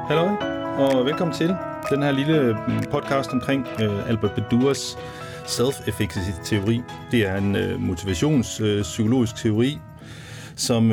Halløj, og velkommen til den her lille podcast omkring Albert Bandura's self-efficacy-teori. Det er en motivationspsykologisk teori, som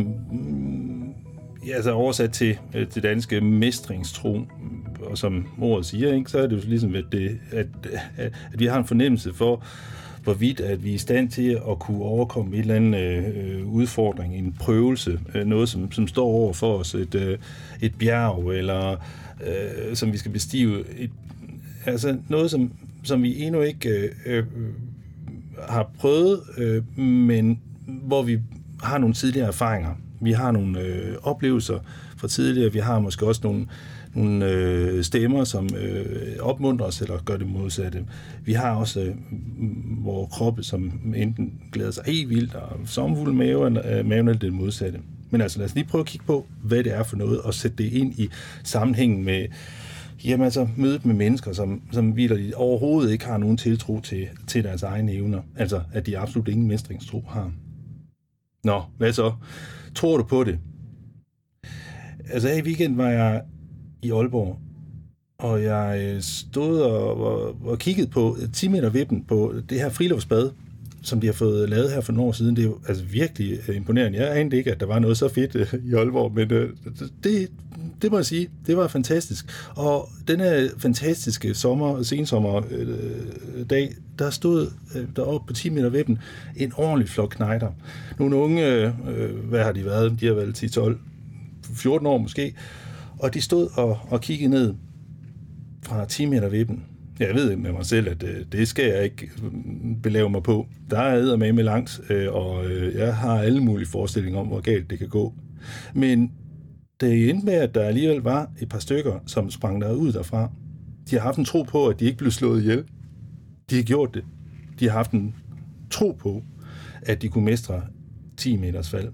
er oversat til det danske mestringstro, og som ordet siger, ikke, så er det jo ligesom, at vi har en fornemmelse for, hvorvidt at vi er i stand til at kunne overkomme en eller anden udfordring, en prøvelse, noget som står over for os, et bjerg, eller som vi skal bestige, altså noget, som vi endnu ikke har prøvet, men hvor vi har nogle tidligere erfaringer. Vi har nogle oplevelser fra tidligere, vi har måske også nogle stemmer, som opmuntrer os eller gør det modsatte. Vi har også vores kroppe, som enten glæder sig helt vildt, og sommerfuld maven eller det modsatte. Men altså, lad os lige prøve at kigge på, hvad det er for noget, og sætte det ind i sammenhængen med mødet med mennesker, som vitterligt overhovedet ikke har nogen tiltro til deres egne evner. Altså, at de absolut ingen mestringstro har. Nå, hvad så? Tror du på det? Altså, her i weekend var jeg i Aalborg, og jeg stod og kiggede på 10 meter vippen på det her friluftsbad, som de har fået lavet her for nogle år siden. Det er jo altså virkelig imponerende. Jeg anede ikke, at der var noget så fedt i Aalborg, men det må jeg sige, det var fantastisk. Og den her fantastiske sensommerdag, der stod deroppe på 10 meter vippen en ordentlig flok knejder. Nogle unge, hvad har de været? De har været 10, 12, 14 år måske. Og de stod og kiggede ned fra 10 meter vippen. Jeg ved med mig selv, at det skal jeg ikke belave mig på. Der er eddermame langt, og jeg har alle mulige forestillinger om, hvor galt det kan gå. Men det endte med, at der alligevel var et par stykker, som sprang derud derfra. De har haft en tro på, at de ikke blev slået ihjel. De har gjort det. De har haft en tro på, at de kunne mestre 10 meters fald.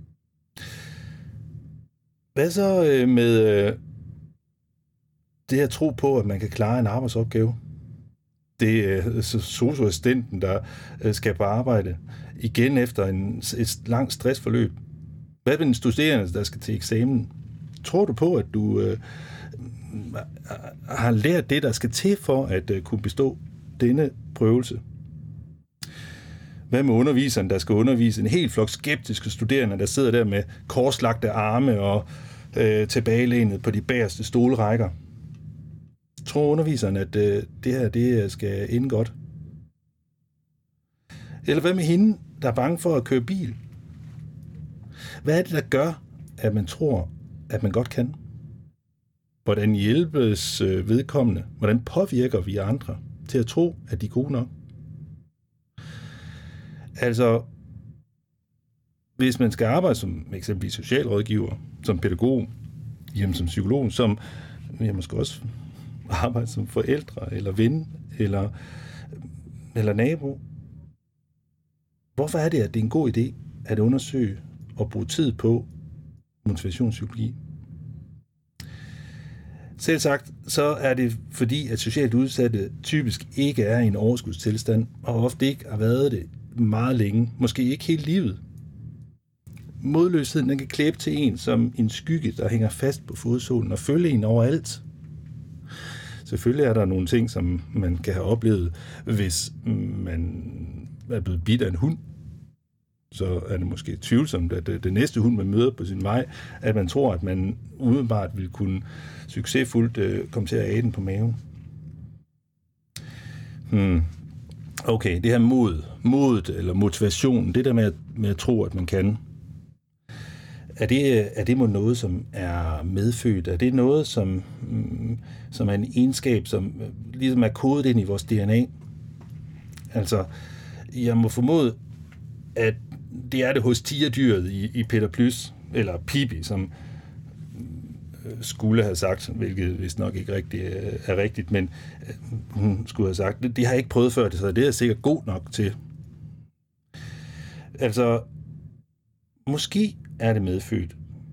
Hvad så med det at tro på, at man kan klare en arbejdsopgave? Det er sosu-assistenten, der skal på arbejde igen efter et langt stressforløb. Hvad med den studerende, der skal til eksamen? Tror du på, at du har lært det, der skal til for at kunne bestå denne prøvelse? Hvad med underviseren, der skal undervise en helt flok skeptiske studerende, der sidder der med korslagte arme og tilbagelænet på de bagerste stolrækker? Tror underviseren, at det her det skal ende godt? Eller hvad med hende, der er bange for at køre bil? Hvad er det, der gør, at man tror, at man godt kan? Hvordan hjælpes vedkommende? Hvordan påvirker vi andre til at tro, at de er gode nok? Altså, hvis man skal arbejde som eksempelvis socialrådgiver, som pædagog, som psykolog, som måske også arbejde som forældre, eller ven, eller nabo. Hvorfor er det, at det er en god idé at undersøge og bruge tid på motivationspsykologi? Selv sagt, så er det fordi, at socialt udsatte typisk ikke er i en overskudstilstand, og ofte ikke har været det meget længe, måske ikke hele livet. Modløsheden, den kan klæbe til en som en skygge, der hænger fast på fodsålen og følge en overalt. Selvfølgelig er der nogle ting, som man kan have oplevet, hvis man er blevet bidt af en hund. Så er det måske tvivlsomt, at det næste hund, man møder på sin vej, at man tror, at man umiddelbart vil kunne succesfuldt komme til at æde den på maven. Okay, det her modet eller motivationen, det der med at tro, at man kan. Er det noget, som er medfødt? Er det noget, som er en egenskab, som ligesom er kodet ind i vores DNA? Altså, jeg må formode, at det er det hos tigerdyret i Peter Plys, eller Pippi, som skulle have sagt, hvilket vist nok ikke rigtig er rigtigt, men hun skulle have sagt, det har jeg ikke prøvet før, så det er sikkert god nok til. Altså, måske er det medfødt.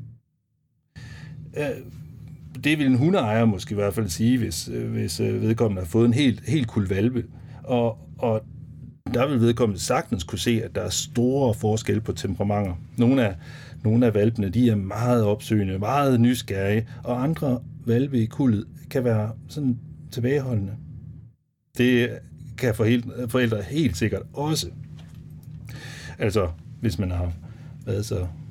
Det vil en hundeejer måske i hvert fald sige, hvis vedkommende har fået en helt kul hvalpe. Og der vil vedkommende sagtens kunne se, at der er store forskelle på temperamenter. Nogle af hvalpene, de er meget opsøgende, meget nysgerrige, og andre valvekullet kan være sådan tilbageholdende. Det kan forældre helt sikkert også. Altså, hvis man har været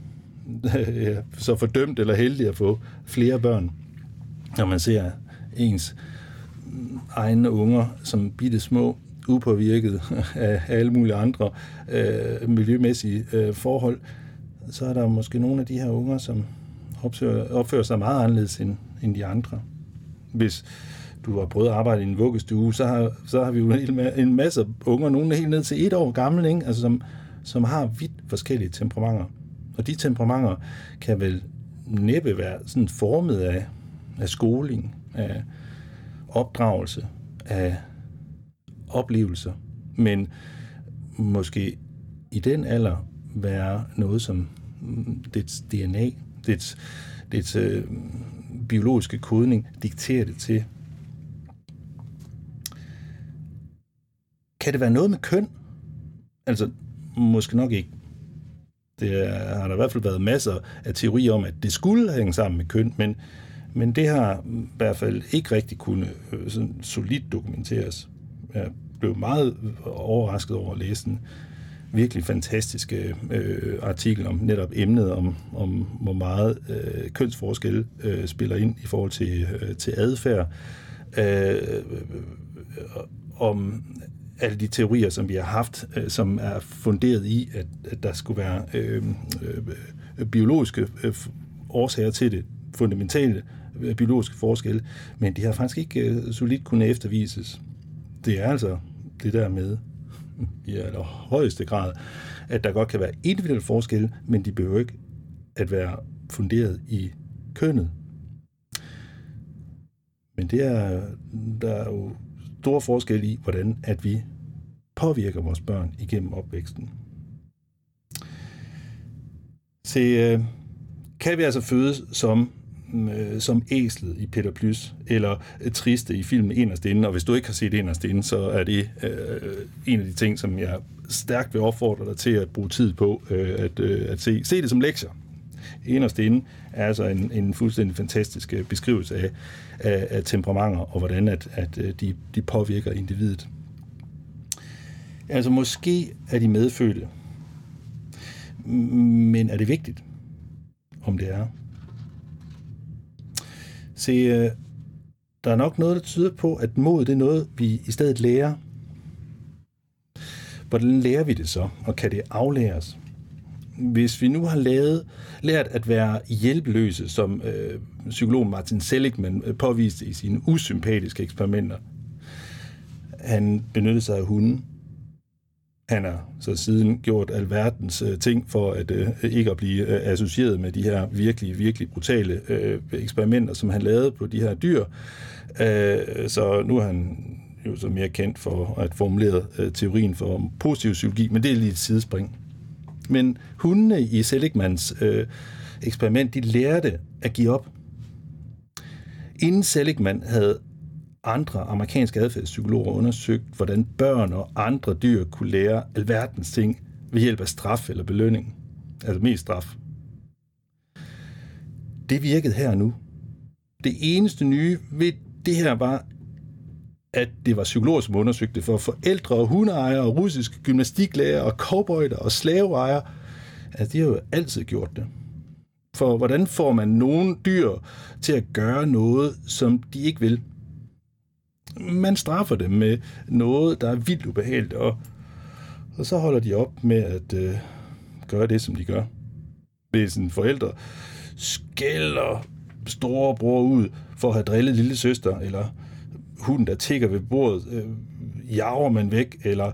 så fordømt eller heldig at få flere børn, når man ser ens egne unger som bitte små, upåvirket af alle mulige andre miljømæssige forhold, så er der måske nogle af de her unger, som opfører sig meget anderledes end de andre. Hvis du har prøvet at arbejde i en vuggestue, så har vi jo en masse unger, nogle helt ned til 1 år gamle, ikke? Altså, som har vidt forskellige temperamenter. Og de temperamenter kan vel næppe være sådan formet af skoling, af opdragelse, af oplevelser, men måske i den alder være noget som dets DNA, dets biologiske kodning dikterer det til. Kan det være noget med køn? Altså, måske nok ikke. Det har der i hvert fald været masser af teorier om, at det skulle hænge sammen med køn, men det har i hvert fald ikke rigtig kunne sådan solidt dokumenteres. Jeg blev meget overrasket over at læse en virkelig fantastiske artikel om netop emnet, om hvor meget kønsforskelle spiller ind i forhold til adfærd, om alle de teorier, som vi har haft, som er funderet i, at der skulle være biologiske årsager til det, fundamentale biologiske forskelle, men de har faktisk ikke solidt kunne eftervises. Det er altså det der med, i allerhøjeste grad, at der godt kan være individuelle forskelle, men de behøver ikke at være funderet i kønnet. Men der er jo store forskelle i, hvordan at vi påvirker vores børn igennem opvæksten. Så kan vi altså fødes som æslet i Peter Plys, eller Triste i filmen Inderst Inde, og hvis du ikke har set Inderst Inde, så er det en af de ting, som jeg stærkt vil opfordre dig til at bruge tid på at se. Se det som lektier. Inderst Inde er altså en fuldstændig fantastisk beskrivelse af temperamenter, og hvordan at de påvirker individet. Altså måske er de medfødte, men er det vigtigt, om det er? Se, der er nok noget, der tyder på, at mod det er noget, vi i stedet lærer. Hvordan lærer vi det så, og kan det aflæres? Hvis vi nu har lært at være hjælpeløse, som psykologen Martin Seligman påviste i sine usympatiske eksperimenter. Han benyttede sig af hunden. Han har så siden gjort alverdens ting for at ikke at blive associeret med de her virkelig, virkelig brutale eksperimenter, som han lavede på de her dyr. Så nu er han jo så mere kendt for at formulere teorien for positiv psykologi, men det er lige et sidespring. Men hundene i Seligmans eksperiment, de lærte at give op. Inden Seligman havde andre amerikanske adfærdspsykologer undersøgt, hvordan børn og andre dyr kunne lære alverdens ting ved hjælp af straf eller belønning. Altså mest straf. Det virkede her nu. Det eneste nye ved det her var, at det var psykologer, som undersøgte for forældre og hundeejere og russiske gymnastiklærer og cowboyder og slaveejere. Altså, de har jo altid gjort det. For hvordan får man nogle dyr til at gøre noget, som de ikke vil? Man straffer dem med noget, der er vildt ubehageligt, og så holder de op med at gøre det, som de gør. Hvis en forældre skælder storebror ud for at have drillet lille søster, eller hunden, der tigger ved bordet, jager man væk, eller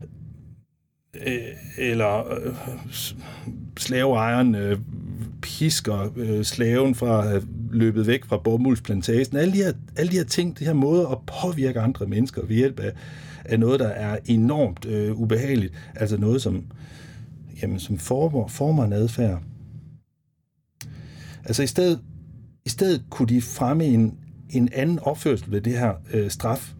slaveejeren pisker slaven fra at have løbet væk fra bomuldsplantagen. Alle de her ting, de her måder at påvirke andre mennesker ved hjælp af noget, der er enormt ubehageligt. Altså noget, som former en adfærd. Altså i stedet kunne de fremme en anden opførsel ved det her straf.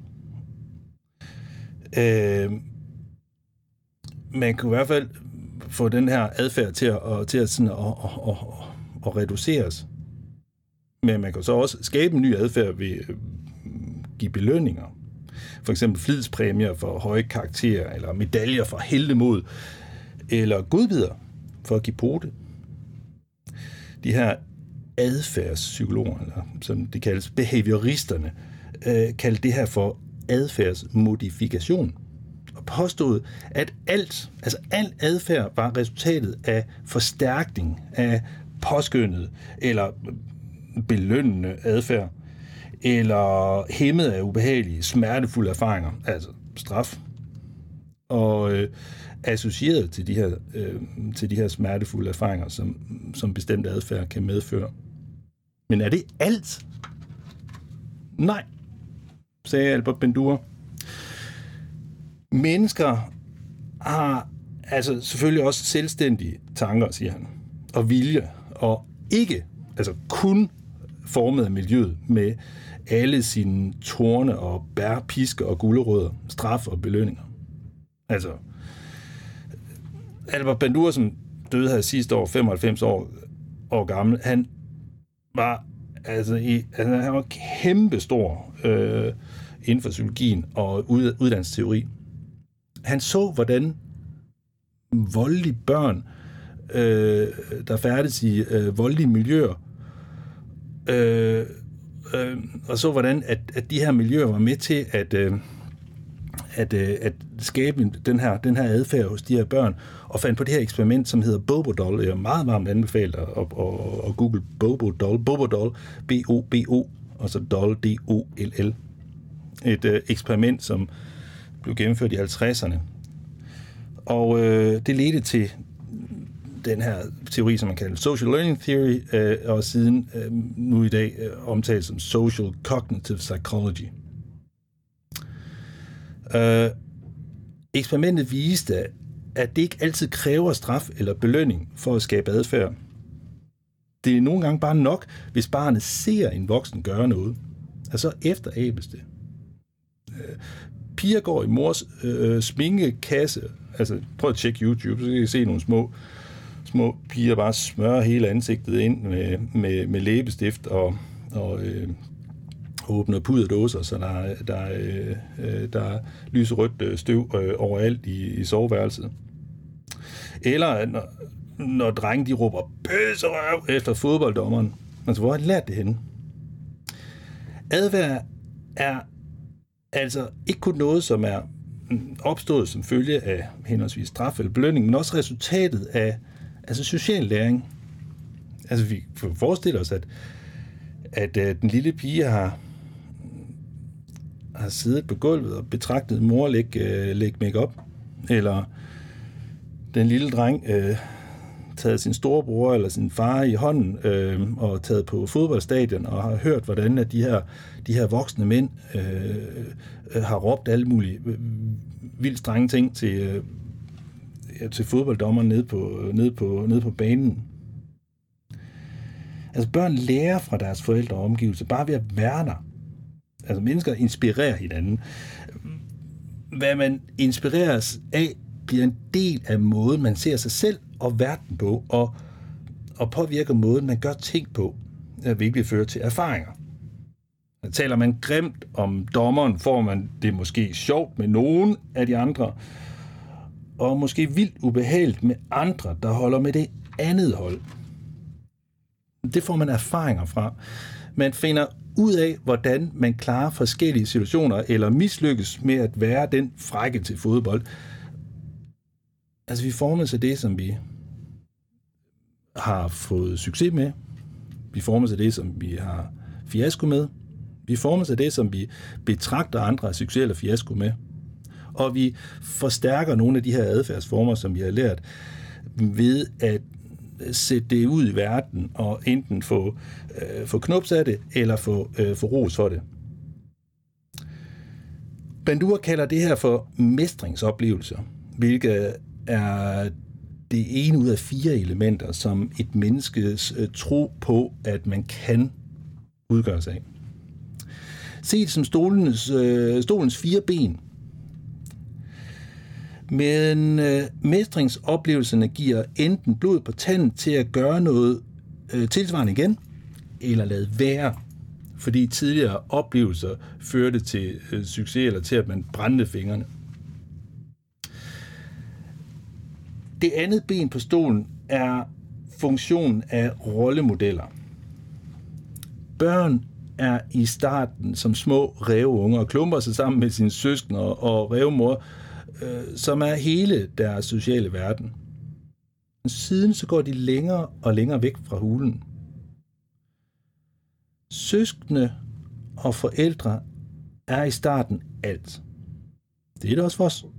Man kunne i hvert fald få den her adfærd til at reduceres. Men man kan så også skabe en ny adfærd ved at give belønninger. For eksempel flidspræmier for høje karakterer, eller medaljer for heltemod, eller godbidder for at give pote. De her adfærdspsykologer, eller som de kaldes behavioristerne, kaldte det her for adfærdsmodifikation. Og påstod, at al adfærd var resultatet af forstærkning af påskyndet eller belønnende adfærd, eller hæmmet af ubehagelige, smertefulde erfaringer, altså straf, og associeret til de her smertefulde erfaringer, som bestemt adfærd kan medføre. Men er det alt? Nej, sagde Albert Bandura. Mennesker har altså selvfølgelig også selvstændige tanker, siger han, og vilje, og ikke kun formet af miljøet med alle sine torne og bær, pisker og gulerødder, straf og belønninger. Altså, Albert Bandura, som døde her sidste år, 95 år gammel, han var han var kæmpestor inden for psykologien og uddannelsesteori. Han så, hvordan voldelige børn, der færdes i voldelige miljøer, og så hvordan at de her miljøer var med til at skabe den her adfærd hos de her børn, og fandt på det her eksperiment, som hedder Bobo-Doll. Jeg er meget varmt anbefalet at google Bobo-Doll. Bobo-Doll, B-O-B-O, og så Doll, D-O-L-L. Et eksperiment, som blev gennemført i 50'erne. Og det ledte til den her teori, som man kalder Social Learning Theory, og siden nu i dag omtalt som Social Cognitive Psychology. Eksperimentet viste, at det ikke altid kræver straf eller belønning for at skabe adfærd. Det er nogle gange bare nok, hvis barnet ser en voksen gøre noget. Altså efterabes det. Piger går i mors sminkekasse. Altså prøv at tjekke YouTube, så kan I se nogle små piger bare smøre hele ansigtet ind med læbestift og åbner puderdåser, så der er lyserødt støv overalt i soveværelset. Eller når drenge de råber pøserøv efter fodbolddommeren. Altså, hvor har de lært det henne? Adfærd er altså ikke kun noget, som er opstået som følge af henholdsvis straf eller belønning, men også resultatet af social læring. Altså, vi forestiller os, at den lille pige har siddet på gulvet og betragtet mor lægge make-up, eller den lille dreng taget sin storebror eller sin far i hånden og taget på fodboldstadion og har hørt, hvordan at de her voksne mænd har råbt alle mulige vildt strenge ting til fodbolddommeren nede på banen. Altså børn lærer fra deres forældre og omgivelser bare ved at være der. Altså mennesker inspirerer hinanden. Hvad man inspireres af, bliver en del af måden, man ser sig selv og verden på, og påvirker måden, man gør ting på, hvilket fører til erfaringer. Taler man grimt om dommeren, får man det måske sjovt med nogen af de andre, og måske vildt ubehageligt med andre, der holder med det andet hold. Det får man erfaringer fra. Man finder ud af, hvordan man klarer forskellige situationer, eller mislykkes med at være den frække til fodbold. Altså, vi formes af det, som vi har fået succes med. Vi formes af det, som vi har fiasko med. Vi formes af det, som vi betragter andre succes eller fiasko med. Og vi forstærker nogle af de her adfærdsformer, som vi har lært, ved at sætte det ud i verden, og enten få knups af det, eller få ros for det. Bandura kalder det her for mestringsoplevelser, hvilket er det ene ud af 4 elementer, som et menneskes tro på, at man kan udgøre sig af. Se det som stolens 4 ben. Men mestringsoplevelserne giver enten blod på tanden til at gøre noget tilsvarende igen, eller lade være, fordi tidligere oplevelser førte til succes eller til, at man brændte fingrene. Det andet ben på stolen er funktionen af rollemodeller. Børn er i starten som små ræveunger og klumper sig sammen med sine søskende og rævemor, som er hele deres sociale verden. Siden så går de længere og længere væk fra hulen. Søskende og forældre er i starten alt. Det er det også for os.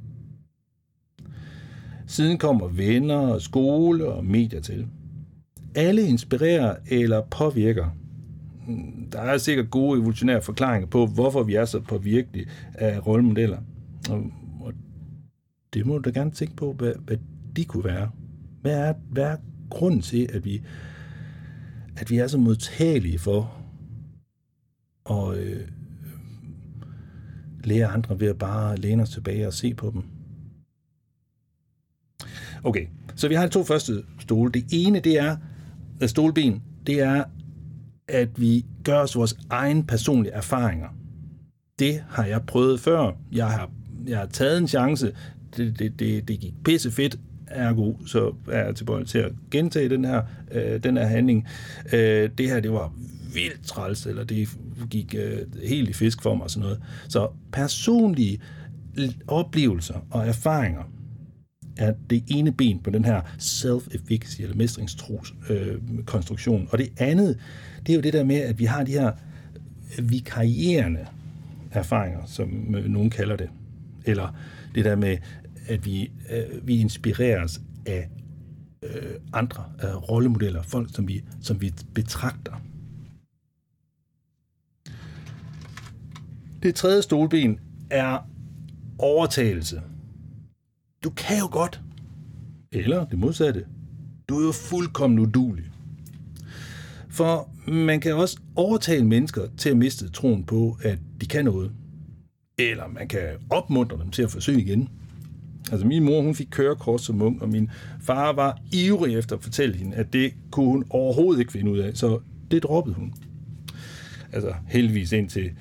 Siden kommer venner, skole og medier til. Alle inspirerer eller påvirker. Der er sikkert gode evolutionære forklaringer på, hvorfor vi er så påvirkelige af rollemodeller. Og det må du da gerne tænke på, hvad de kunne være. Hvad er grunden til, at vi er så modtagelige for at lære andre ved at bare læne os tilbage og se på dem? Okay, så vi har de to første stole. Det ene, det er stolben, det er, at vi gør os vores egen personlige erfaringer. Det har jeg prøvet før. Jeg har taget en chance. Det gik pisse fedt. Ergo, så er jeg tilbøjelig til at gentage den her handling. Det her, det var vildt træls, eller det gik helt i fisk for mig og sådan noget. Så personlige oplevelser og erfaringer er det ene ben på den her self-efficacy eller mestringstros konstruktion. Og det andet, det er jo det der med, at vi har de her vikarierende erfaringer, som nogen kalder det. Eller det der med, at vi inspireres af andre rollemodeller, folk, som vi betragter. Det tredje stolben er overtagelse. Du kan jo godt. Eller det modsatte. Du er jo fuldkommen uduelig. For man kan også overtale mennesker til at miste troen på, at de kan noget. Eller man kan opmuntre dem til at forsøge igen. Altså min mor, hun fik kørekort som ung, og min far var ivrig efter at fortælle hende, at det kunne hun overhovedet ikke finde ud af. Så det droppede hun. Altså heldigvis indtil...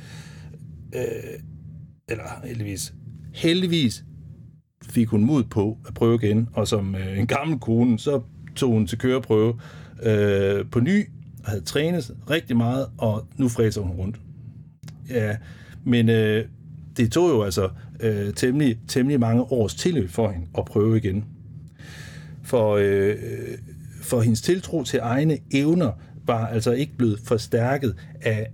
heldigvis fik hun mod på at prøve igen, og som en gammel kone, så tog hun til køreprøve på ny, og havde trænet rigtig meget, og nu fræser hun rundt. Ja, men det tog jo altså temmelig mange års tilløb for hende at prøve igen. For hendes tiltro til egne evner var altså ikke blevet forstærket af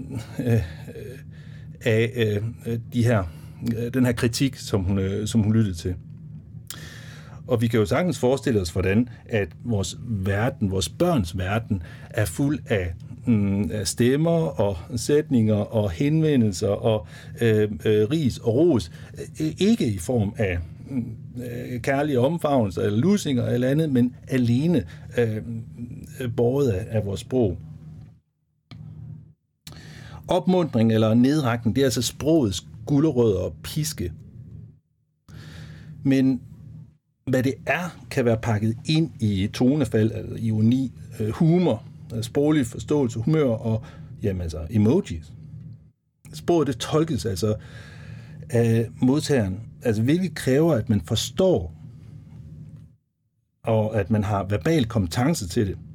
den her kritik, som hun lyttede til. Og vi kan jo sagtens forestille os, hvordan at vores børns verden er fuld af stemmer og sætninger og henvendelser og ris og ros. Ikke i form af kærlige omfavnelser eller lusinger eller andet, men alene båret af vores sprog. Opmuntring eller nedrækning, det er altså sprogets gulerødder og piske. Men hvad det er, kan være pakket ind i tonefald, altså ironi, humor, sproglig forståelse, humør og emojis. Sproget, det tolkes altså af modtageren, altså hvilket kræver, at man forstår, og at man har verbal kompetence til det.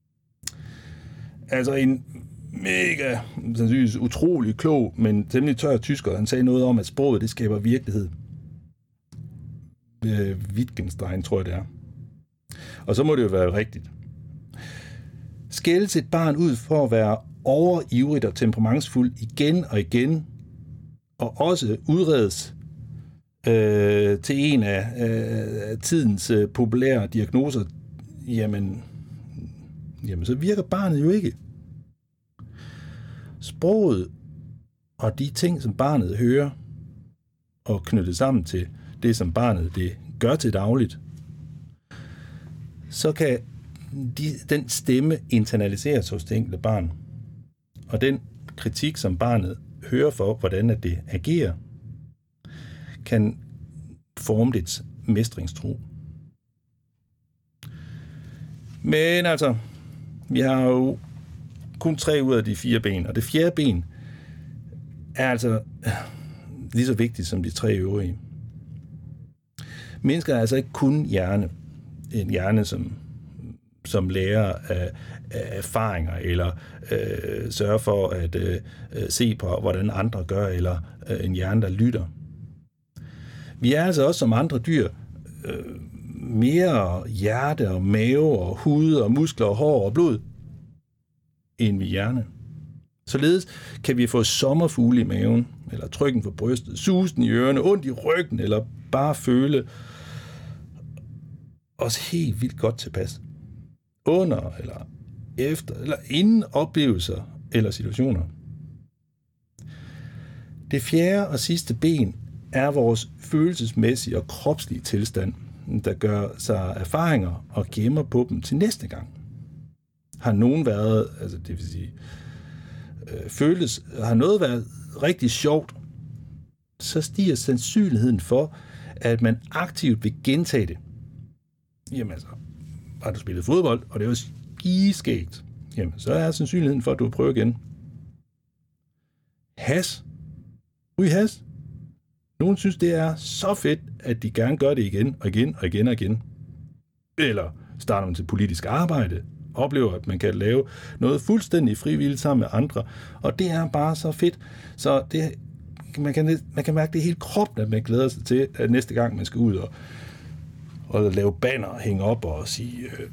Altså en mega, sandsynligvis utrolig klog, men temmelig tør tysker, han sagde noget om, at sproget, det skaber virkelighed. Wittgenstein, tror jeg det er. Og så må det jo være rigtigt. Skældes et barn ud for at være overivrigt og temperamentsfuld igen og igen, og også udredes til en af tidens populære diagnoser, jamen så virker barnet jo ikke. Sproget og de ting, som barnet hører, og knyttet sammen til det, som barnet det gør til dagligt, så kan den stemme internaliseres hos det enkelte barn. Og den kritik, som barnet hører for, hvordan at det agerer, kan forme dets mestringstro. Men altså, vi har jo kun 3 ud af de 4 ben, og det 4. ben er altså lige så vigtigt som de 3 øvrige. Mennesker er altså ikke kun hjerne. En hjerne, som lærer af erfaringer, eller sørger for at se på, hvordan andre gør, eller en hjerne, der lytter. Vi er altså også som andre dyr mere hjerte og mave og hud og muskler og hår og blod, end vi hjerne. Således kan vi få sommerfugle i maven, eller trykken på brystet, susen i ørerne, ondt i ryggen, eller bare føle os helt vildt godt tilpas. Under, eller efter, eller inden oplevelser eller situationer. Det 4. og sidste ben er vores følelsesmæssige og kropslige tilstand, der gør sig erfaringer og gemmer på dem til næste gang. Har nogen været, altså det vil sige, har noget været rigtig sjovt, så stiger sandsynligheden for, at man aktivt vil gentage det. Jamen altså, har du spillet fodbold, og det er jo skideskægt, jamen så er sandsynligheden for, at du vil prøve igen. Has. Ryg has. Nogen synes, det er så fedt, at de gerne gør det igen og igen og igen og igen. Eller starter man til politisk arbejde, oplever, at man kan lave noget fuldstændig frivilligt sammen med andre, og det er bare så fedt, så det, man kan mærke det hele kroppen, at man glæder sig til, at næste gang man skal ud og lave banner, hænge op og sige,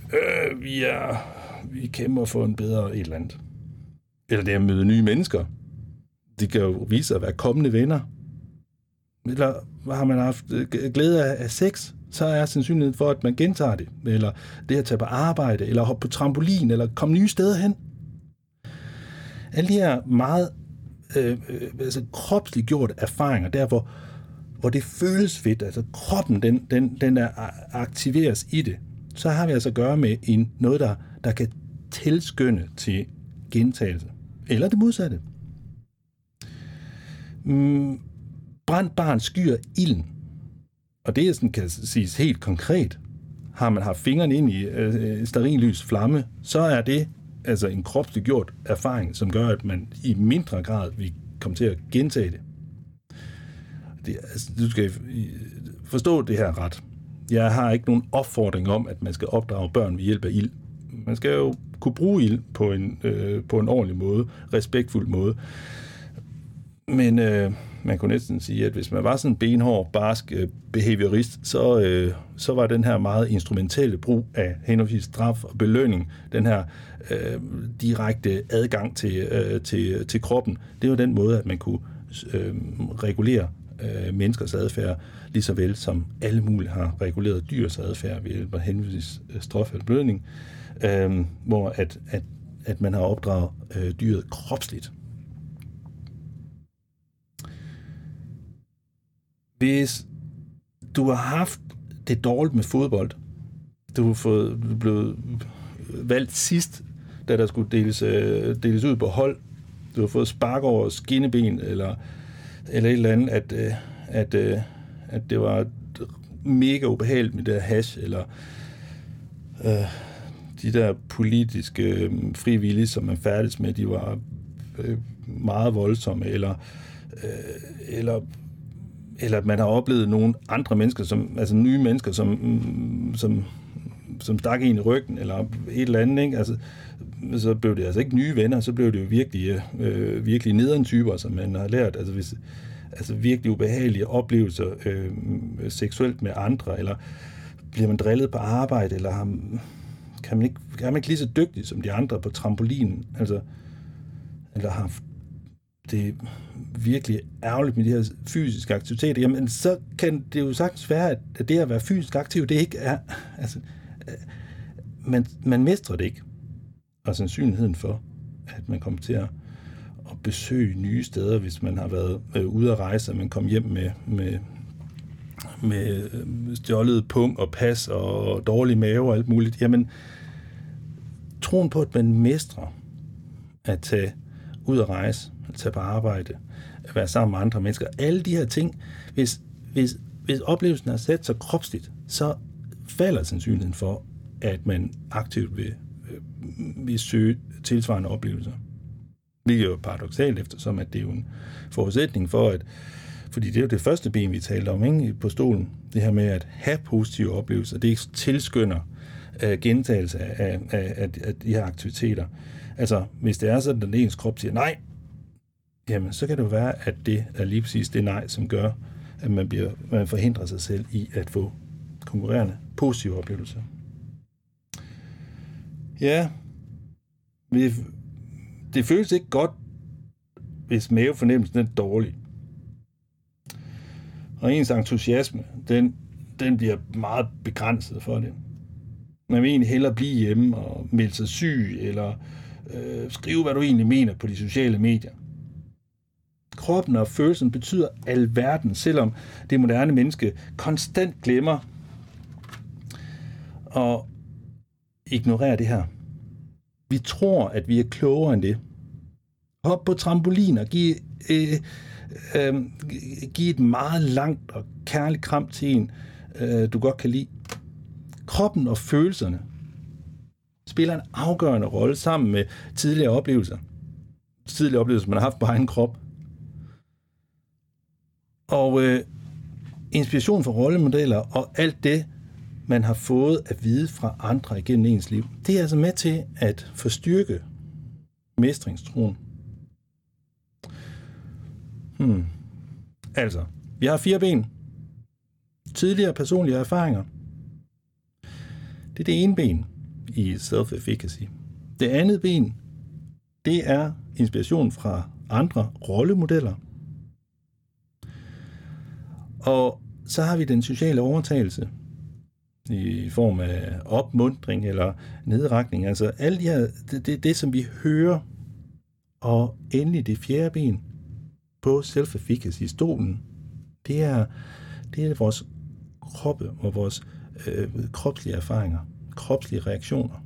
vi kæmper for en bedre et eller andet. Eller det at møde nye mennesker. Det kan jo vise sig at være kommende venner. Eller har man haft glæde af sex, så er sandsynligheden for, at man gentager det. Eller det at tage på arbejde, eller hoppe på trampolin, eller komme nye steder hen. Alle de her meget kropsligt gjorte erfaringer, der hvor det føles fedt, altså kroppen, den aktiveres i det, så har vi altså at gøre med noget, der kan tilskynde til gentagelse. Eller det modsatte. Brændt barn skyer ilden. Og det sådan kan siges helt konkret. Har man haft fingrene ind i stearinlys flamme, så er det altså en kropsligt gjort erfaring, som gør, at man i mindre grad vil komme til at gentage det. Du skal forstå det her ret. Jeg har ikke nogen opfordring om, at man skal opdrage børn ved hjælp af ild. Man skal jo kunne bruge ild på en ordentlig måde, respektfuld måde. Men man kunne næsten sige, at hvis man var sådan en benhård, barsk behaviorist, så var den her meget instrumentelle brug af henholdsvis straf og belønning, den her direkte adgang til kroppen, det var den måde, at man kunne regulere menneskers adfærd, lige så vel som alle mulige har reguleret dyrs adfærd ved hjælp af henholdsvis straf eller belønning, hvor at man har opdraget dyret kropsligt. Hvis du har haft det dårligt med fodbold, du er blevet valgt sidst, da der skulle deles ud på hold, du har fået spark over skinneben, eller et eller andet, at det var mega ubehageligt med det der hash, eller de der politiske frivillige, som man færdes med, de var meget voldsomme, eller at man har oplevet nogle andre mennesker, altså nye mennesker, som stak en i ryggen, eller et eller andet, ikke? Altså, så blev det altså ikke nye venner, så blev det jo virkelig nederen typer, som man har lært, altså virkelig ubehagelige oplevelser seksuelt med andre, eller bliver man drillet på arbejde, eller kan man ikke lige så dygtig som de andre på trampolinen, altså, eller har det virkelig ærgerligt med de her fysiske aktiviteter, jamen så kan det jo sagtens være, at det at være fysisk aktiv, det ikke er, altså, man mestrer det ikke. Og sandsynligheden for, at man kommer til at besøge nye steder, hvis man har været ude at rejse, og man kommer hjem med stjålet pung og pas og dårlig mave og alt muligt, jamen troen på, at man mestrer at tage ud at rejse, at tage på arbejde, at være sammen med andre mennesker, alle de her ting, hvis oplevelsen er sat så kropsligt, så falder sandsynligheden for, at man aktivt vil vil søge tilsvarende oplevelser. Det er jo paradoksalt, eftersom at det er jo en forudsætning for, fordi det er jo det første ben, vi talte om, ikke, på stolen. Det her med at have positive oplevelser, det tilskynder gentagelse af de her aktiviteter. Altså, hvis det er sådan, at ens krop siger nej, jamen, så kan det jo være, at det er lige præcis det nej, som gør, at man forhindrer sig selv i at få konkurrerende positive oplevelser. Ja, det føles ikke godt, hvis mavefornemmelsen er dårlig. Og ens entusiasme, den bliver meget begrænset for det. Man vil egentlig hellere blive hjemme og melde sig syg, eller skrive, hvad du egentlig mener på de sociale medier. Kroppen og følelsen betyder alverden, selvom det moderne menneske konstant glemmer og ignorerer det her. Vi tror, at vi er klogere end det. Hop på trampolin og giv et meget langt og kærligt kram til en, du godt kan lide. Kroppen og følelserne spiller en afgørende rolle sammen med tidligere oplevelser. Tidligere oplevelser, man har haft på egen krop. Og inspiration fra rollemodeller og alt det, man har fået at vide fra andre igennem ens liv, det er altså med til at forstyrke mestringstroen. Altså, vi har 4 ben. Tidligere personlige erfaringer. Det er det ene ben i self-efficacy. Det andet ben, det er inspiration fra andre rollemodeller. Og så har vi den sociale overtagelse i form af opmuntring eller nedrakning. Altså alle de her, det som vi hører. Og endelig det 4. ben på self-efficacy-stolen, det er vores kroppe og vores kropslige erfaringer, kropslige reaktioner.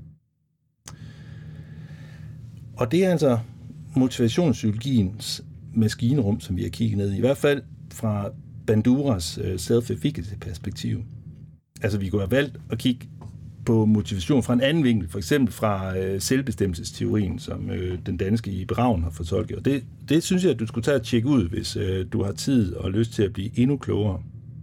Og det er altså motivationspsykologiens maskinerum, som vi har kigget ned i hvert fald fra Banduras self-efficacy-perspektiv. Altså vi kunne have valgt at kigge på motivation fra en anden vinkel, for eksempel fra selvbestemmelsesteorien, som den danske Ibe Ravn har fortolket. Og det synes jeg, at du skulle tage og tjekke ud, hvis du har tid og lyst til at blive endnu klogere.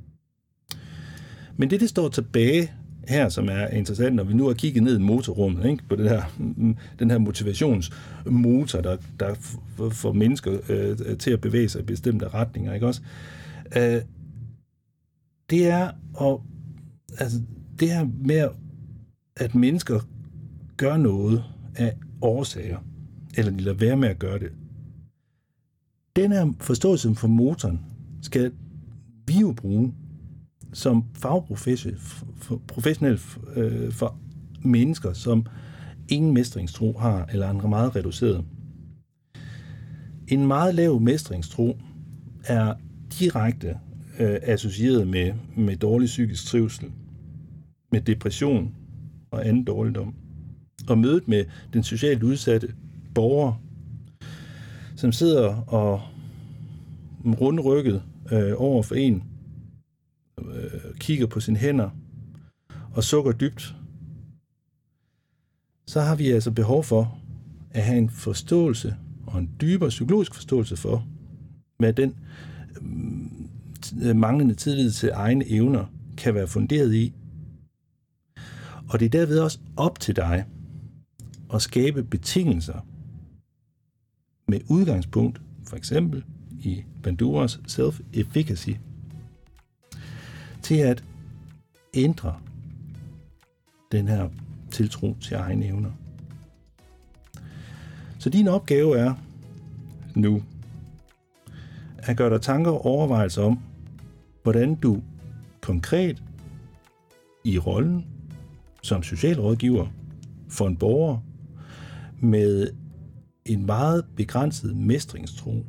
Men det står tilbage her, som er interessant, når vi nu har kigget ned i motorrummet, ikke, på den her motivationsmotor, der får mennesker til at bevæge sig i bestemte retninger, ikke også? Det er det her med, at mennesker gør noget af årsager, eller de lader være med at gøre det. Den her forståelse for motoren skal vi jo bruge som fagprofessionel for mennesker, som ingen mestringstro har, eller er meget reduceret. En meget lav mestringstro er direkte associeret med dårlig psykisk trivsel, med depression og anden dårligdom. Og mødet med den socialt udsatte borger, som sidder og rundrykket over for en, kigger på sine hænder og sukker dybt, så har vi altså behov for at have en forståelse og en dybere psykologisk forståelse for, hvad den manglende tillid til egne evner kan være funderet i. Og det er derved også op til dig at skabe betingelser med udgangspunkt, for eksempel i Banduras self-efficacy, til at ændre den her tiltro til egne evner. Så din opgave er nu at gøre dig tanker og overvejelser om, hvordan du konkret i rollen som socialrådgiver for en borger med en meget begrænset mestringstro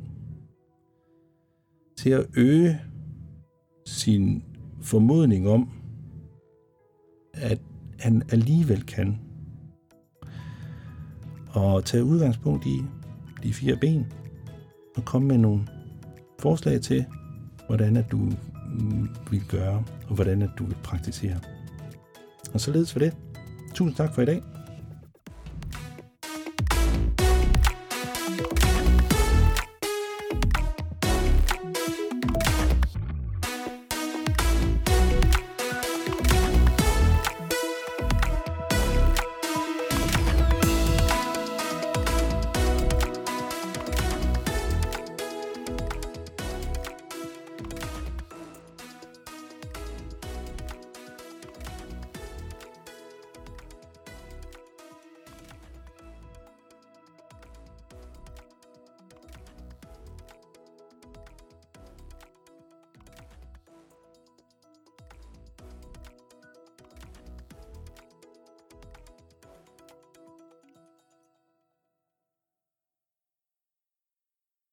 til at øge sin formodning om, at han alligevel kan, og tage udgangspunkt i de 4 ben og komme med nogle forslag til, hvordan at du vil gøre, og hvordan at du vil praktisere. Og således for det. Tusind tak for i dag.